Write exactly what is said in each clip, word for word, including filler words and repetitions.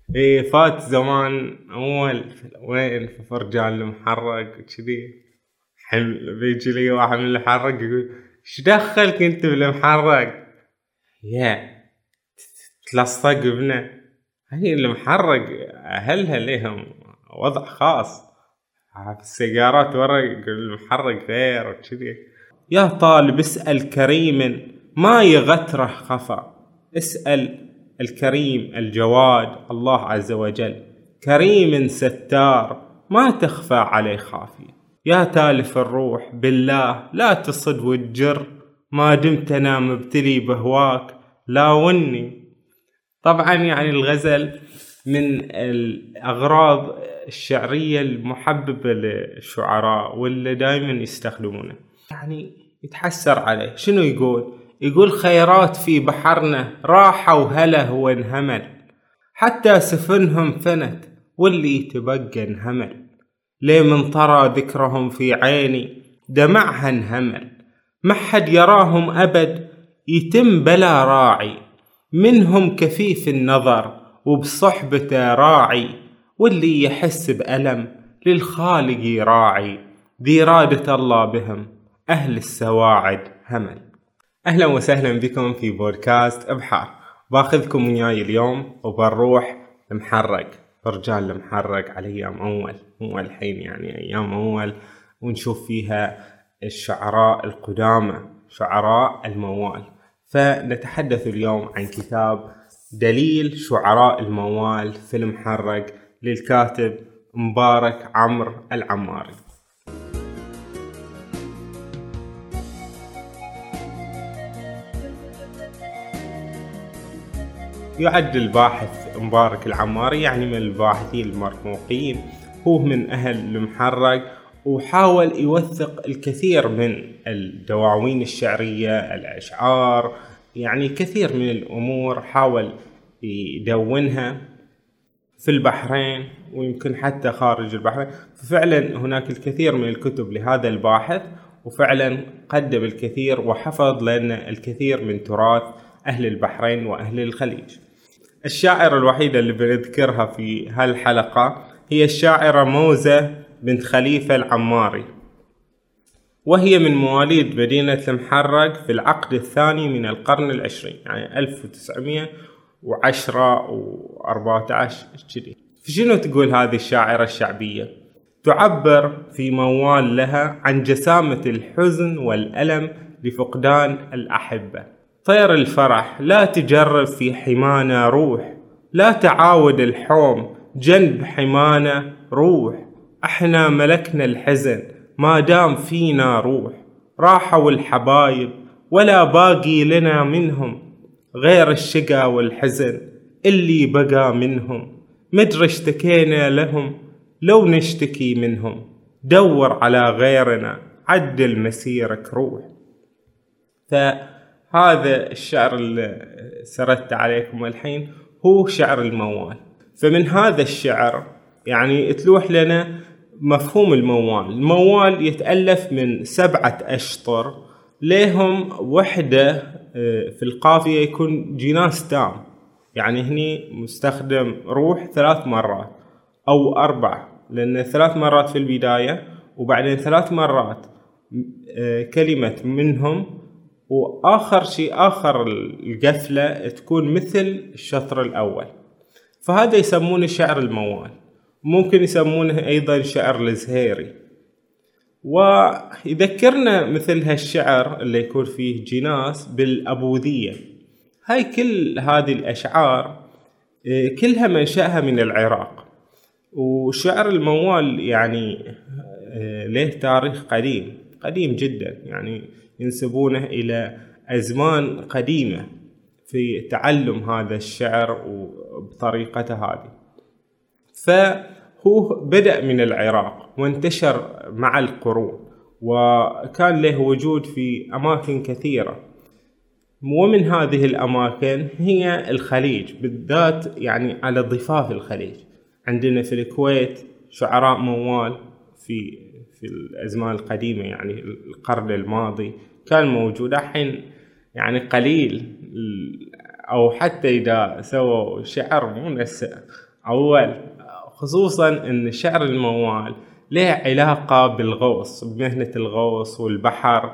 ايه فات زمان اول في وين في فرجال المحرق وكذي. حمل بيجي لي واحد من المحرق يقول ايش دخلك انت بالمحرق يا تلصق بنا. هي المحرق اهلها لهم وضع خاص في السيارات ورا، يقول المحرق غير وكذي. يا طالب اسأل كريما ما يغتره خفا، اسأل الكريم الجواد الله عز وجل، كريم ستار ما تخفى عليه خافية. يا تالف الروح بالله لا تصد وتجر، ما دمت انا مبتلي بهواك لا وني. طبعا يعني الغزل من الأغراض الشعرية المحببة للشعراء واللي دائما يستخدمونه. يعني يتحسر عليه شنو يقول؟ يقول خيرات في بحرنا راحوا هله وانهمل، حتى سفنهم فنت واللي تبقى انهمل، ليه من طرى ذكرهم في عيني دمعها انهمل، ما حد يراهم أبد يتم بلا راعي، منهم كفيف النظر وبصحبته راعي، واللي يحس بألم للخالق يراعي، ذي رادة الله بهم أهل السواعد همل. أهلا وسهلا بكم في بودكاست أبحار. باخذكم وياي اليوم وبنروح المحرق، برجال المحرق على أيام أول، مو الحين يعني أيام أول، ونشوف فيها الشعراء القدامى شعراء الموال. فنتحدث اليوم عن كتاب دليل شعراء الموال في المحرق للكاتب مبارك عمرو العماري. يعد الباحث مبارك العماري يعني من الباحثين المرموقين، هو من أهل المحرق، وحاول يوثق الكثير من الدواوين الشعرية الأشعار، يعني كثير من الأمور حاول يدونها في البحرين ويمكن حتى خارج البحرين. ففعلا هناك الكثير من الكتب لهذا الباحث، وفعلا قدم الكثير وحفظ لنا الكثير من تراث أهل البحرين وأهل الخليج. الشاعرة الوحيدة اللي بنذكرها في هالحلقة هي الشاعرة موزة بنت خليفة العماري، وهي من مواليد مدينة المحرق في العقد الثاني من القرن العشرين، يعني ألف وتسعمية وعشرة وأربعة عشر كذي. فشنو تقول هذه الشاعرة الشعبية؟ تعبر في موال لها عن جسامة الحزن والألم لفقدان الأحبة. طير الفرح لا تجرب في حمانا روح، لا تعاود الحوم جنب حمانا روح، احنا ملكنا الحزن ما دام فينا روح، راحوا الحبايب ولا باقي لنا منهم، غير الشقا والحزن اللي بقى منهم، مدري اشتكينا لهم لو نشتكي منهم، دور على غيرنا عدل مسيرك روح. فهذا الشعر اللي سردت عليكم الحين هو شعر الموال. فمن هذا الشعر يعني تلوح لنا مفهوم الموال. الموال يتألف من سبعة أشطر لهم وحدة في القافية يكون جناس تام، يعني هني مستخدم روح ثلاث مرات أو أربع، لأن ثلاث مرات في البداية وبعدين ثلاث مرات كلمة منهم، وآخر شيء آخر القفلة تكون مثل الشطر الأول. فهذا يسمونه شعر الموال، ممكن يسمونه أيضا شعر الزهيري. ويذكرنا مثل هالشعر اللي يكون فيه جناس بالأبوذية. هاي كل هذه الأشعار كلها منشأها من العراق، وشعر الموال يعني له تاريخ قديم قديم جدا، يعني ينسبونه إلى أزمان قديمة في تعلم هذا الشعر وبطريقته هذه. فهو بدأ من العراق وانتشر مع القرون، وكان له وجود في أماكن كثيرة، ومن هذه الأماكن هي الخليج بالذات، يعني على ضفاف الخليج. عندنا في الكويت شعراء موال في في الأزمان القديمة، يعني القرن الماضي كان موجود، الحين يعني قليل، أو حتى إذا سووا شعر مو نفس أول خصوصا أن شعر الموال له علاقة بالغوص، بمهنة الغوص والبحر،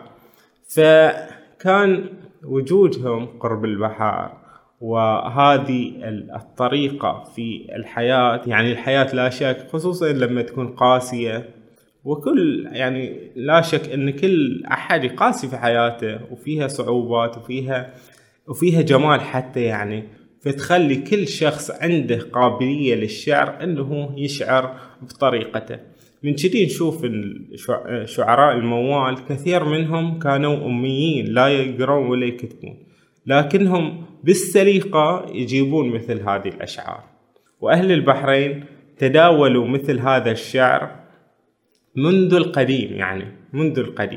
فكان وجودهم قرب البحر وهذه الطريقة في الحياة، يعني الحياة لا شك خصوصا لما تكون قاسية، وكل يعني لا شك أن كل أحد قاسي في حياته وفيها صعوبات وفيها وفيها جمال حتى، يعني فتخلي كل شخص عنده قابلية للشعر أنه يشعر بطريقته. من كذي نشوف شعراء الموال كثير منهم كانوا أميين لا يقرون ولا يكتبون، لكنهم بالسليقة يجيبون مثل هذه الأشعار. وأهل البحرين تداولوا مثل هذا الشعر منذ القديم، يعني منذ القديم.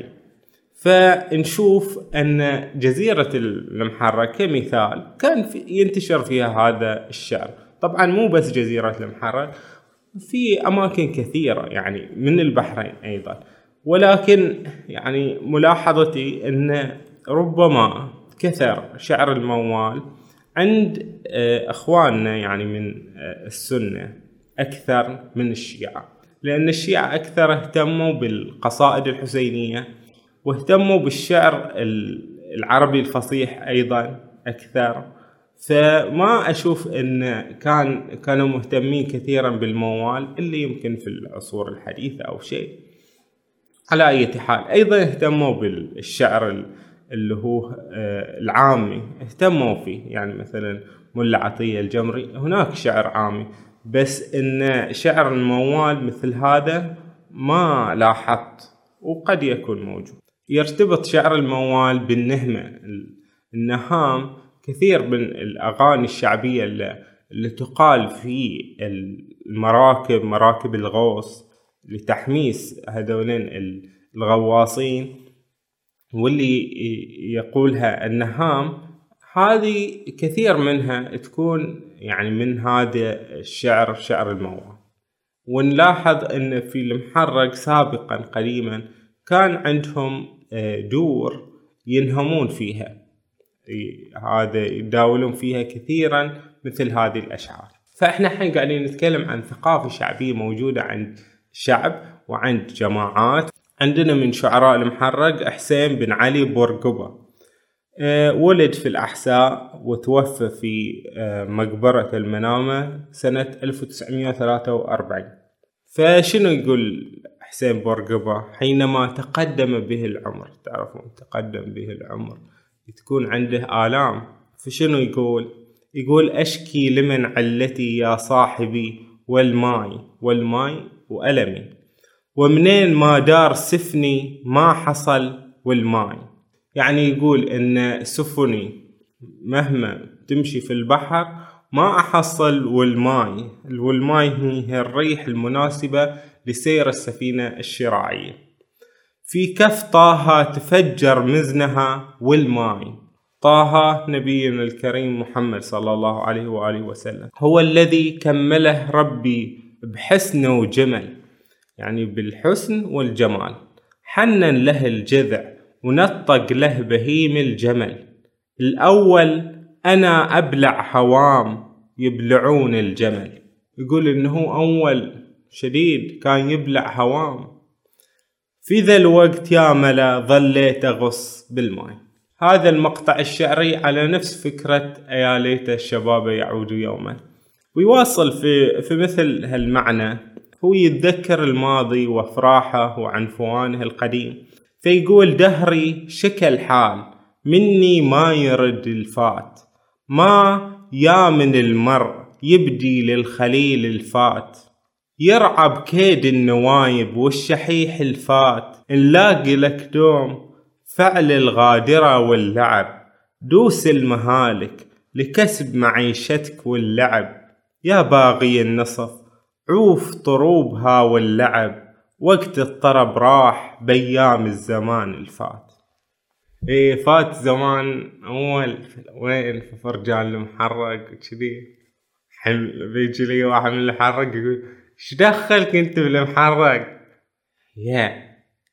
فنشوف أن جزيرة المحرة كمثال كان في ينتشر فيها هذا الشعر، طبعا مو بس جزيرة المحرة، في أماكن كثيرة يعني من البحرين أيضا، ولكن يعني ملاحظتي أن ربما كثر شعر الموال عند أخواننا يعني من السنة أكثر من الشيعة، لأن الشيعة أكثر اهتموا بالقصائد الحسينية واهتموا بالشعر العربي الفصيح أيضا أكثر، فما أشوف أن كان كانوا مهتمين كثيرا بالموال اللي يمكن في العصور الحديثة أو شيء. على أي حال أيضا اهتموا بالشعر اللي هو العامي، اهتموا فيه، يعني مثلا ملا عطية الجمري هناك شعر عامي، بس إن شعر الموال مثل هذا ما لاحظت، وقد يكون موجود. يرتبط شعر الموال بالنهمة، النهام كثير من الأغاني الشعبية اللي, اللي تقال في المراكب، مراكب الغوص لتحميس هذولين الغواصين، واللي يقولها النهام، هذه كثير منها تكون يعني من هذا الشعر، شعر الموال. ونلاحظ أن في المحرق سابقا قديما كان عندهم دور ينهمون فيها، هذا يداولون فيها كثيرا مثل هذه الأشعار. فإحنا الحين قاعدين نتكلم عن ثقافة شعبية موجودة عند الشعب وعند جماعات. عندنا من شعراء المحرق حسين بن علي بورقبة، ولد في الأحساء وتوفى في مقبرة المنامة سنة ألف وتسعمائة وثلاثة وأربعين. فشنو يقول حسين بورقبة حينما تقدم به العمر؟ تعرفون تقدم به العمر تكون عنده آلام، فشنو يقول؟ يقول أشكي لمن علتي يا صاحبي والماي والماي وألمي، ومنين ما دار سفني ما حصل والماي. يعني يقول إن سفني مهما تمشي في البحر ما أحصل والماي، والماي هي الريح المناسبة لسير السفينة الشراعية. في كف طه تفجر مزنها والماي. طه نبينا الكريم محمد صلى الله عليه وآله وسلم هو الذي كمله ربي بحسن وجمل، يعني بالحسن والجمال، حنن له الجذع ونطق له بهيم الجمل. الأول أنا أبلع هوام يبلعون الجمل. يقول إنه أول شديد كان يبلع هوام، في ذا الوقت يا ملا ظليت أغص بالماء. هذا المقطع الشعري على نفس فكرة يا ليت الشباب يعود يوما، ويواصل في في مثل هالمعنى. هو يتذكر الماضي وافراحه وعنفوانه القديم، فيقول دهري شكل حال مني ما يرد الفات، ما يا من المرء يبدي للخليل الفات، يرعى بكيد النوايب والشحيح الفات، نلاقي لك دوم فعل الغادرة واللعب، دوس المهالك لكسب معيشتك واللعب، يا باغي النصف عوف طروبها واللعب، وقت الطرب راح بيام الزمان الفات. ايه فات زمان اول وين في فرجال المحرق كذي، حمل بيجي لي واحد من المحرق يقول ايش دخلك انت بالمحرق يا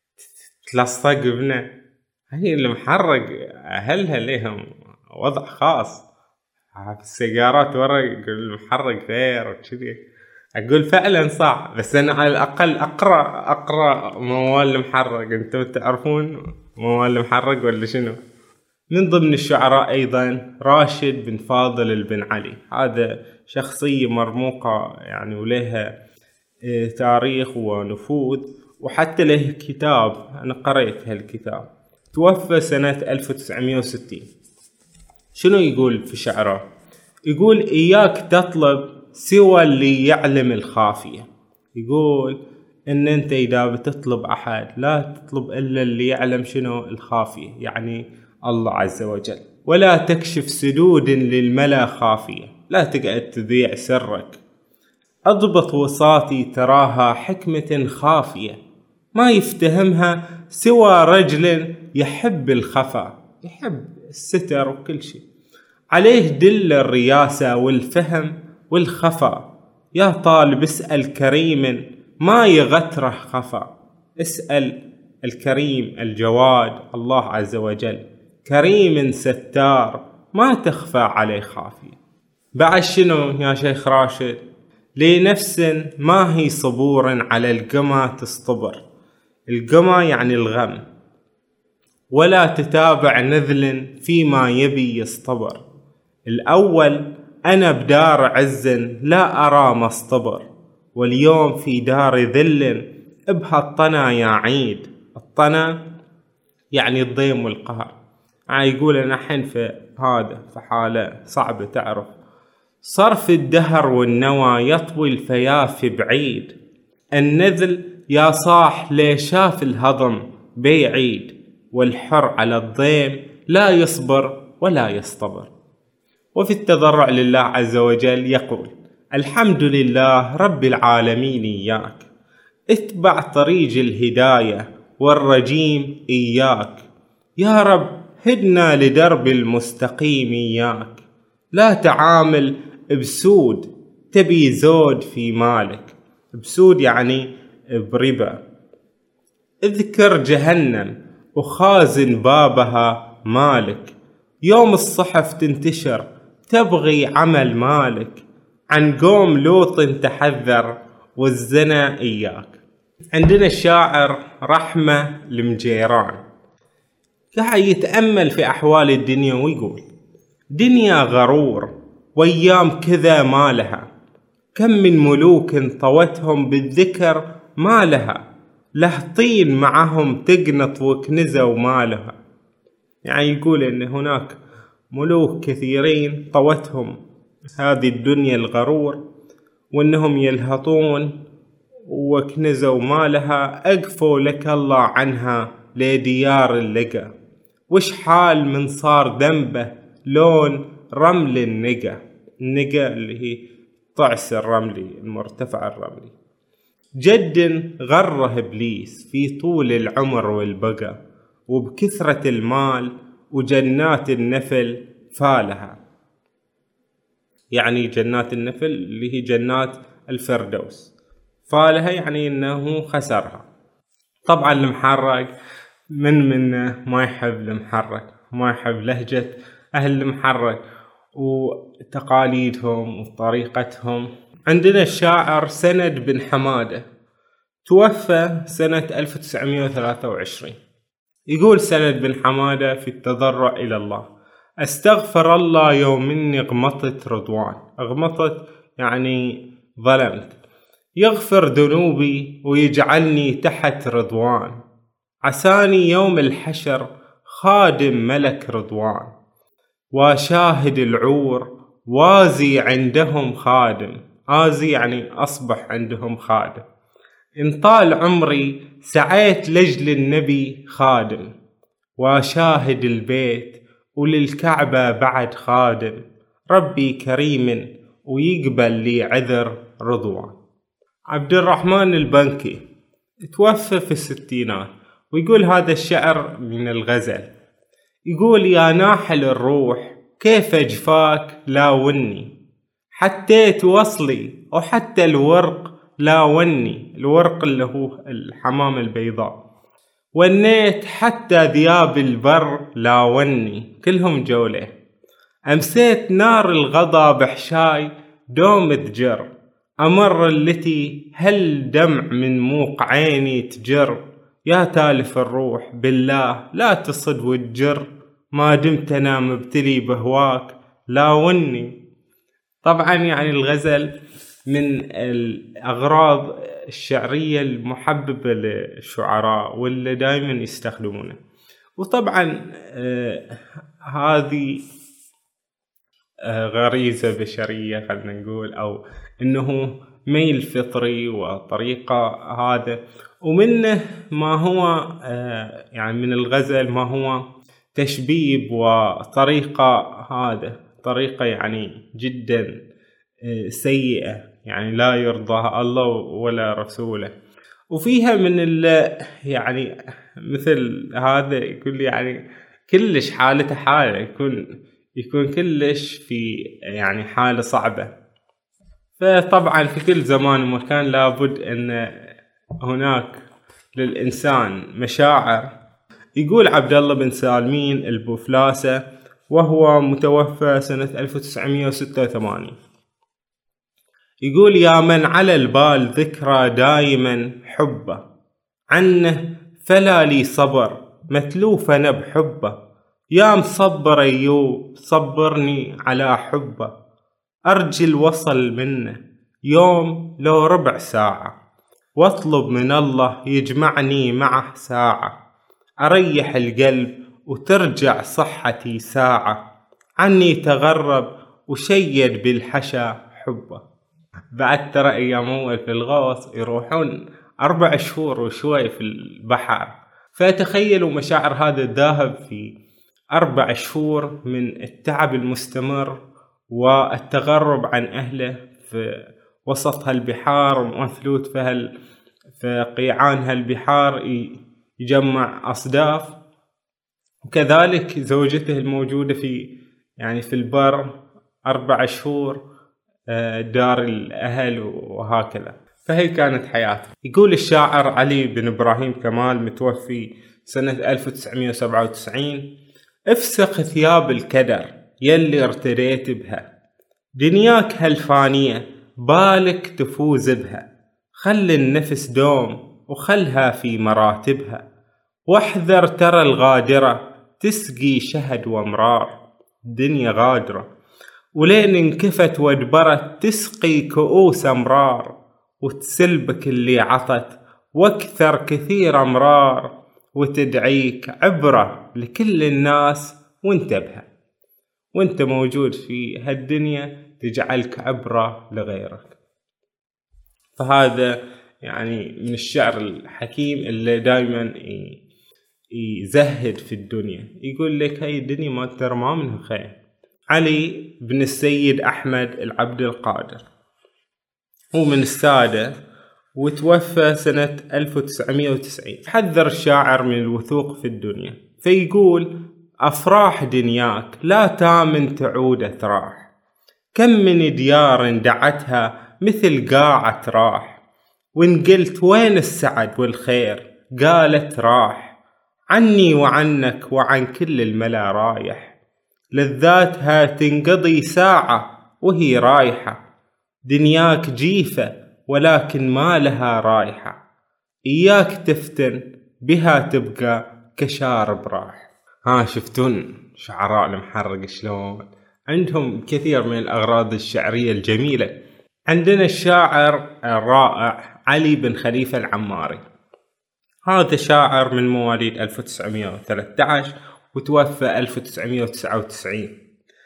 تلصق بنا. هي المحرق اهلها لهم وضع خاص، في السيارات ورا يقول المحرك غير وكذي. أقول فعلا صح، بس أنا على الأقل أقرأ أقرأ موال المحرك. أنتم تعرفون موال المحرك ولا شنو؟ من ضمن الشعراء أيضا راشد بن فاضل البن علي، هذا شخصية مرموقة يعني ولها تاريخ ونفوذ، وحتى له كتاب أنا قرأت هالكتاب. توفى سنة ألف وتسعمائة وستين. شنو يقول في شعره؟ يقول إياك تطلب سوى اللي يعلم الخافية. يقول إن أنت إذا بتطلب أحد لا تطلب إلا اللي يعلم شنو الخافية، يعني الله عز وجل. ولا تكشف سدود للملا خافية، لا تقعد تذيع سرك. أضبط وصاتي تراها حكمة خافية، ما يفتهمها سوى رجل يحب الخفا، يحب الستر وكل شيء. عليه دل الرياسة والفهم والخفا، يا طالب اسأل كريم ما يغتره خفا. اسأل الكريم الجواد الله عز وجل، كريم ستار ما تخفى عليه خافية. بعد شنو يا شيخ راشد؟ لنفس ما هي صبور على القمى تصطبر. القمى يعني الغم. ولا تتابع نذل فيما يبي يصطبر. الأول أنا بدار عز لا أرى مصطبر، واليوم في دار ذل ابها الطنا يا عيد. الطنا يعني الضيم والقهر. يقول أنا حين في هذا في حالة صعبة، تعرف صرف الدهر والنوى يطوي الفياف بعيد. النذل يا صاح ليشاف الهضم بيعيد، والحر على الضيم لا يصبر ولا يصطبر. وفي التضرع لله عز وجل يقول الحمد لله رب العالمين إياك، اتبع طريق الهداية والرجيم إياك. يا رب هدنا لدرب المستقيم إياك. لا تعامل بسود تبي زود في مالك. بسود يعني بربا. اذكر جهنم وخازن بابها مالك. يوم الصحف تنتشر تبغي عمل مالك. عن قوم لوط تحذر والزنا إياك. عندنا الشاعر رحمة المجيران قاعد يتأمل في أحوال الدنيا ويقول دنيا غرور وأيام كذا ما لها. كم من ملوك طوتهم بالذكر ما لها. له طين معهم تقنط وكنزوا ما لها. يعني يقول إن هناك ملوك كثيرين طوتهم هذه الدنيا الغرور، وإنهم يلهطون وكنزوا ما لها. أقفوا لك الله عنها لديار اللقى. وش حال من صار ذنبه لون رمل النقى. النقى اللي هي طعس الرملي المرتفع الرملي. جد غره إبليس في طول العمر والبقى، وبكثرة المال وجنات النفل فالها. يعني جنات النفل اللي هي جنات الفردوس، فالها يعني انه خسرها. طبعا المحرق من من ما يحب المحرق، ما يحب لهجة اهل المحرق وتقاليدهم وطريقتهم. عندنا الشاعر سند بن حمادة توفى سنة ألف وتسعمائة وثلاثة وعشرين. يقول سند بن حمادة في التضرع إلى الله أستغفر الله يوم مني غمطت رضوان. غمطت يعني ظلمت. يغفر ذنوبي ويجعلني تحت رضوان. عساني يوم الحشر خادم ملك رضوان. وشاهد العور وازي عندهم خادم. آزي يعني أصبح عندهم خادم. إن طال عمري سعيت لجل النبي خادم. وشاهد البيت وللكعبة بعد خادم. ربي كريم ويقبل لي عذر رضوان. عبد الرحمن البنكي توفى في الستينات، ويقول هذا الشعر من الغزل. يقول يا ناحل الروح كيف جفاك لاوني. حتيت وصلي وحتى الورق لاوني. الورق اللي هو الحمام البيضاء. ونيت حتى ذياب البر لاوني. كلهم جولة. أمسيت نار الغضب بحشاي دوم تجر، أمر التي هل دمع من موق عيني تجر. يا تالف الروح بالله لا تصد وتجر، ما دمت أنا مبتلي بهواك لاوني. طبعا يعني الغزل من الأغراض الشعرية المحببة للشعراء واللي دائما يستخدمونه. وطبعا آه هذه آه غريزة بشرية خلنا نقول، أو إنه ميل فطري وطريقة هذا. ومنه ما هو آه يعني من الغزل ما هو تشبيب وطريقة، هذا طريقة يعني جدا آه سيئة، يعني لا يرضاها الله ولا رسوله. وفيها من ال يعني مثل هذا يقول يعني كلش حالته حالة، يكون يكون كلش في يعني حالة صعبة. فطبعا في كل زمان ومكان لابد أن هناك للإنسان مشاعر. يقول عبد الله بن سالمين البوفلاسة وهو متوفى سنة ألف وتسعمائة وستة وثمانين، يقول: يا من على البال ذكرى دائما حبه، عنه فلا لي صبر متلوف أنا بحبه. يا مصبر أيوب صبرني على حبه، أرجي الوصل منه يوم لو ربع ساعة، واطلب من الله يجمعني معه ساعة، أريح القلب وترجع صحتي ساعة، عني تغرب وشيد بالحشا حبه. بعد ترى أيام أول في الغوص يروحون أربع شهور وشوي في البحر، فتخيلوا مشاعر هذا الذاهب في أربع شهور من التعب المستمر والتغرب عن أهله في وسط هالبحار ومثلوث في, هال في قيعان هالبحار يجمع أصداف، وكذلك زوجته الموجودة في يعني في البر أربع شهور دار الأهل وهكذا. فهي كانت حياته. يقول الشاعر علي بن إبراهيم كمال متوفي سنة ألف وتسعمائة وسبعة وتسعين: افسخ ثياب الكدر يلي ارتديت بها، دنياك هالفانية بالك تفوز بها، خل النفس دوم وخلها في مراتبها، واحذر ترى الغادرة تسقي شهد ومرار. دنيا غادرة ولين انكفت وادبرت تسقي كؤوس أمرار، وتسلبك اللي عطت واكثر كثير أمرار، وتدعيك عبرة لكل الناس وانتبه، وانت موجود في هالدنيا تجعلك عبرة لغيرك. فهذا يعني من الشعر الحكيم اللي دائما يزهد في الدنيا، يقول لك هاي الدنيا ما ترى ما منها خير. علي بن السيد أحمد العبد القادر هو من السادة وتوفى سنة ألف وتسعمائة وتسعين. حذر الشاعر من الوثوق في الدنيا، فيقول: أفراح دنياك لا تامن تعود أثراح، كم من ديار دعتها مثل قاعة راح، وإن قلت وين السعد والخير قالت راح، عني وعنك وعن كل الملا رايح، لذاتها تنقضي ساعة وهي رايحة، دنياك جيفة ولكن ما لها رايحة، إياك تفتن بها تبقى كشارب راح. ها شفتون شعراء المحرق شلون عندهم كثير من الأغراض الشعرية الجميلة. عندنا الشاعر الرائع علي بن خليفة العماري، هذا شاعر من مواليد ألف وتسعمائة وثلاثة عشر وتوفى ألف وتسعمائة وتسعة وتسعين.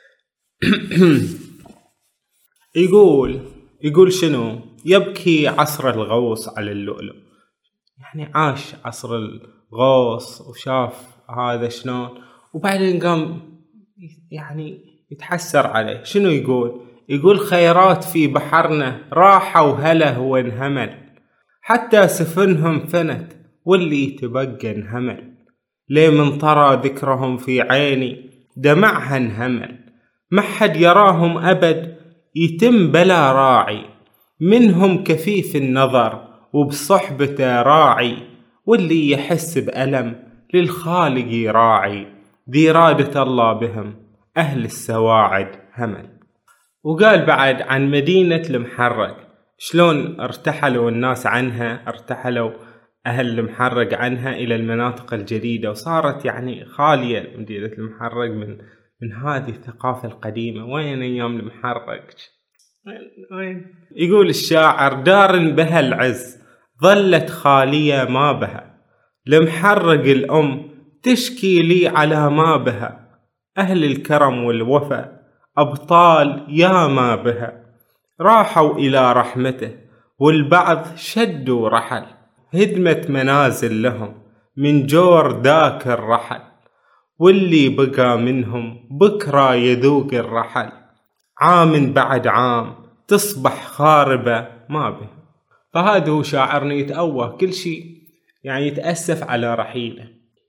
يقول يقول شنو؟ يبكي عصر الغوص على اللؤلؤ، يعني عاش عصر الغوص وشاف هذا شلون، وبعدين قام يعني يتحسر عليه. شنو يقول؟ يقول: خيرات في بحرنا راحة وهلا وانهمل، حتى سفنهم فنت واللي تبقى انهمل، ليه من طرى ذكرهم في عيني دمعها انهمل، ما حد يراهم أبد يتم بلا راعي، منهم كفيف النظر وبصحبته راعي، واللي يحس بألم للخالق يراعي، ذي إرادة الله بهم أهل السواعد همل. وقال بعد عن مدينة المحرق شلون ارتحلوا الناس عنها، ارتحلوا أهل المحرق عنها إلى المناطق الجديدة، وصارت يعني خالية مدينة المحرق من من هذه الثقافة القديمة. وين أيام المحرق؟ وين وين؟ يقول الشاعر: دار بها العز ظلت خالية ما بها، المحرق الأم تشكي لي على ما بها، أهل الكرم والوفا أبطال يا ما بها، راحوا إلى رحمته والبعض شدوا رحل، هدمت منازل لهم من جور ذاك الرحل، واللي بقى منهم بكرة يذوق الرحل، عام بعد عام تصبح خاربة ما به. فهذا هو شاعرنا يتأوه كل شيء، يعني يتأسف على رحيله.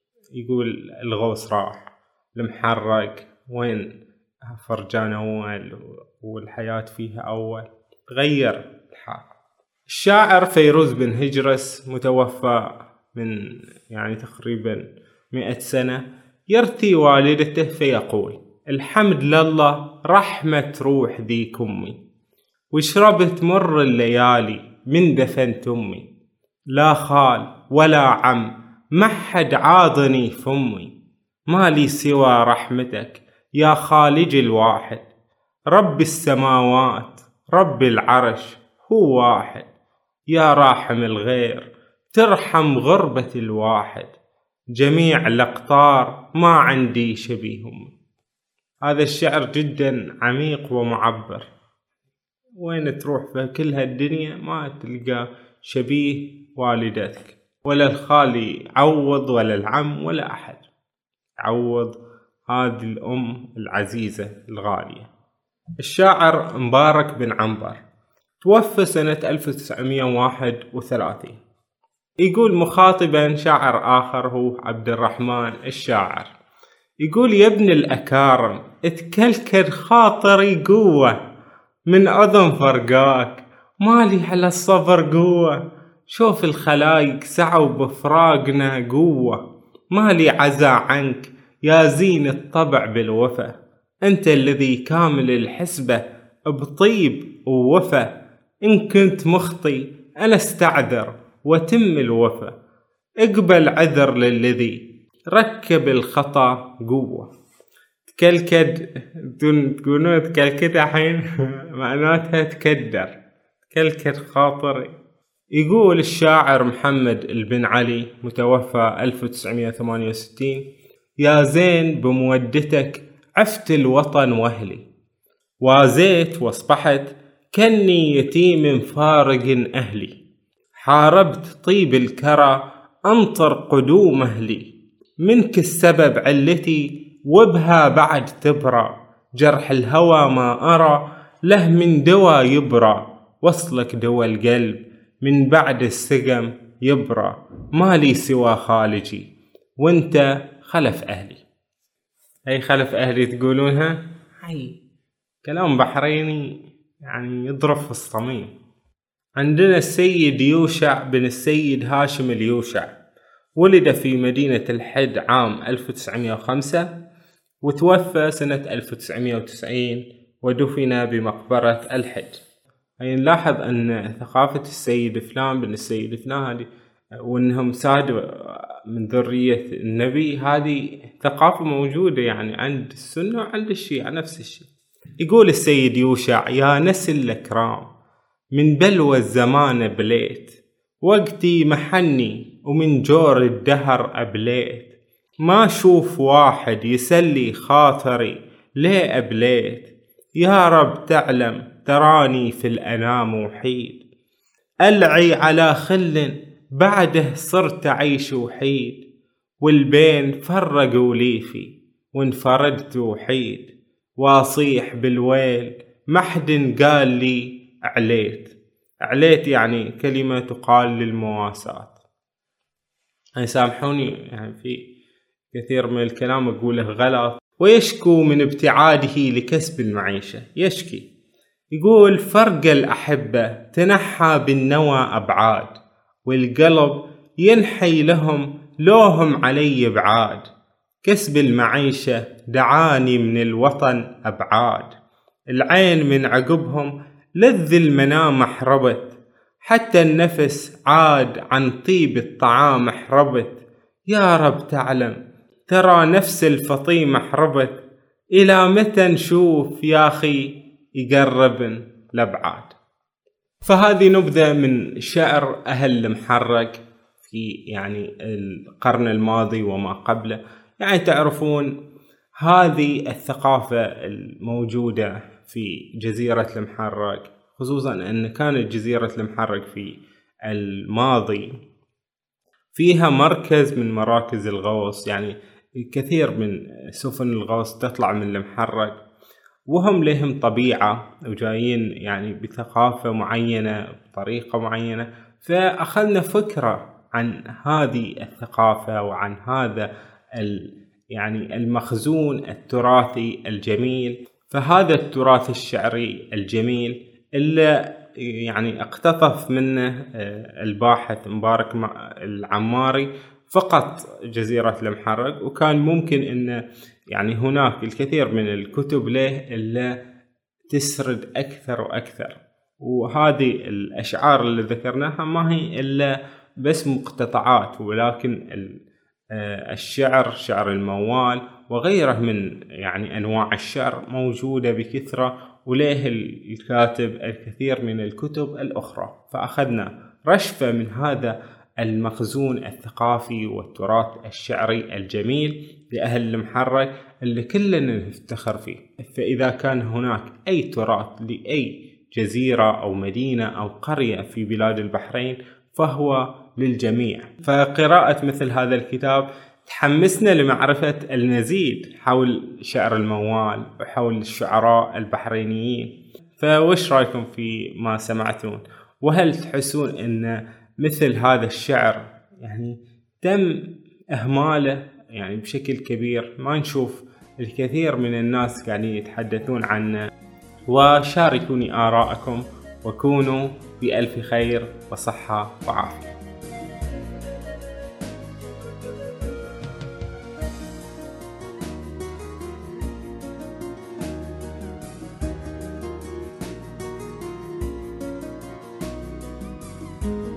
يقول الغوص راح، المحرق وين فرجان أول والحياة فيها أول، تغير الحال. الشاعر فيروز بن هجرس متوفى من يعني تقريبا مئة سنة، يرثي والدته فيقول: الحمد لله رحمة روح ذيك أمي، وشربت مر الليالي من دفنت أمي، لا خال ولا عم ما حد عاضني فمي، ما لي سوى رحمتك يا خالج الواحد، رب السماوات رب العرش هو واحد، يا راحم الغير ترحم غربة الواحد، جميع الأقطار ما عندي شبيهم. هذا الشعر جدا عميق ومعبر. وين تروح في كل هالدنيا ما تلقى شبيه والدتك، ولا الخالي عوض ولا العم ولا أحد عوض هذه الأم العزيزة الغالية. الشاعر مبارك بن عنبر توفى سنة ألف وتسعمائة وواحد وثلاثين. يقول مخاطبا شاعر آخر هو عبد الرحمن الشاعر، يقول: يا ابن الأكارم اتكلكل خاطري قوة، من أذن فرقاك مالي على الصبر قوة، شوف الخلايق سعوا بفراقنا قوة، مالي عزا عنك يا زين الطبع بالوفا، أنت الذي كامل الحسبة بطيب ووفا، إن كنت مخطي أنا استعذر وتم الوفا، اقبل عذر للذي ركب الخطا قوة. تكلكد تقولون تكلكد الحين معناتها تكدر، تكلكد خاطري. يقول الشاعر محمد بن علي متوفى ألف وتسعمائة وثمانية وستين: يا زين بمودتك عفت الوطن واهلي، وازيت واصبحت كني يتيم فارق أهلي، حاربت طيب الكرى أنطر قدوم أهلي، منك السبب علتي وبها بعد تبرى، جرح الهوى ما أرى له من دوا يبرى، وصلك دوا القلب من بعد السقم يبرى، ما لي سوى خالجي وانت خلف أهلي. أي خلف أهلي تقولونها؟ هاي كلام بحريني يعني يضرب في الصميم. عندنا السيد يوشع بن السيد هاشم اليوشع، ولد في مدينة الحد عام ألف وتسعمائة وخمسة، وتوفى سنة ألف وتسعمائة وتسعين، ودفن بمقبرة الحد. يعني نلاحظ أن ثقافة السيد فلان بن السيد فلان هذه، وأنهم سادوا من ذرية النبي، هذه ثقافة موجودة يعني عند السنة وعند الشيعة نفس الشيء. يقول السيد يوشع: يا نسل الكرام من بلوى الزمان بليت، وقتي محني ومن جور الدهر أبليت، ما شوف واحد يسلي خاطري ليه أبليت، يا رب تعلم تراني في الأنام وحيد، ألعي على خل بعده صرت أعيش وحيد، والبين فرقوا ليفي وانفردت وحيد، واصيح بالويل محد قال لي عليت. عليت يعني كلمة تقال للمواساة. يعني سامحوني يعني في كثير من الكلام أقوله غلط. ويشكو من ابتعاده لكسب المعيشة، يشكي يقول: فرق الأحبة تنحى بالنوى أبعاد، والقلب ينحي لهم لوهم علي بعاد، كسب المعيشة دعاني من الوطن أبعاد، العين من عقبهم لذ المنام حربت، حتى النفس عاد عن طيب الطعام حربت. يا رب تعلم ترى نفس الفطيمة حربت، إلى متى نشوف يا أخي يقربن لبعاد. فهذه نبذة من شعر أهل المحرق في يعني القرن الماضي وما قبله. يعني تعرفون هذه الثقافة الموجودة في جزيرة المحرق، خصوصا أن كانت جزيرة المحرق في الماضي فيها مركز من مراكز الغوص، يعني كثير من سفن الغوص تطلع من المحرق، وهم لهم طبيعة وجايين يعني بثقافة معينة بطريقة معينة. فأخذنا فكرة عن هذه الثقافة وعن هذا يعني المخزون التراثي الجميل. فهذا التراث الشعري الجميل اللي يعني اقتطف منه الباحث مبارك العماري فقط جزيرة المحرق، وكان ممكن أن يعني هناك الكثير من الكتب له اللي تسرد أكثر وأكثر. وهذه الأشعار اللي ذكرناها ما هي إلا بس مقتطعات، ولكن الشعر شعر الموال وغيره من يعني أنواع الشعر موجودة بكثرة، وله الكاتب الكثير من الكتب الأخرى. فأخذنا رشفة من هذا المخزون الثقافي والتراث الشعري الجميل لأهل المحرق اللي كلنا نفتخر فيه. فإذا كان هناك أي تراث لأي جزيرة أو مدينة أو قرية في بلاد البحرين فهو للجميع. فقراءة مثل هذا الكتاب تحمسنا لمعرفة المزيد حول شعر الموال وحول الشعراء البحرينيين. فوش رأيكم في ما سمعتون؟ وهل تحسون أن مثل هذا الشعر يعني تم إهماله يعني بشكل كبير؟ ما نشوف الكثير من الناس قاعدين يتحدثون عنه. وشاركوني آراءكم وكونوا بألف خير وصحة وعافية. thank you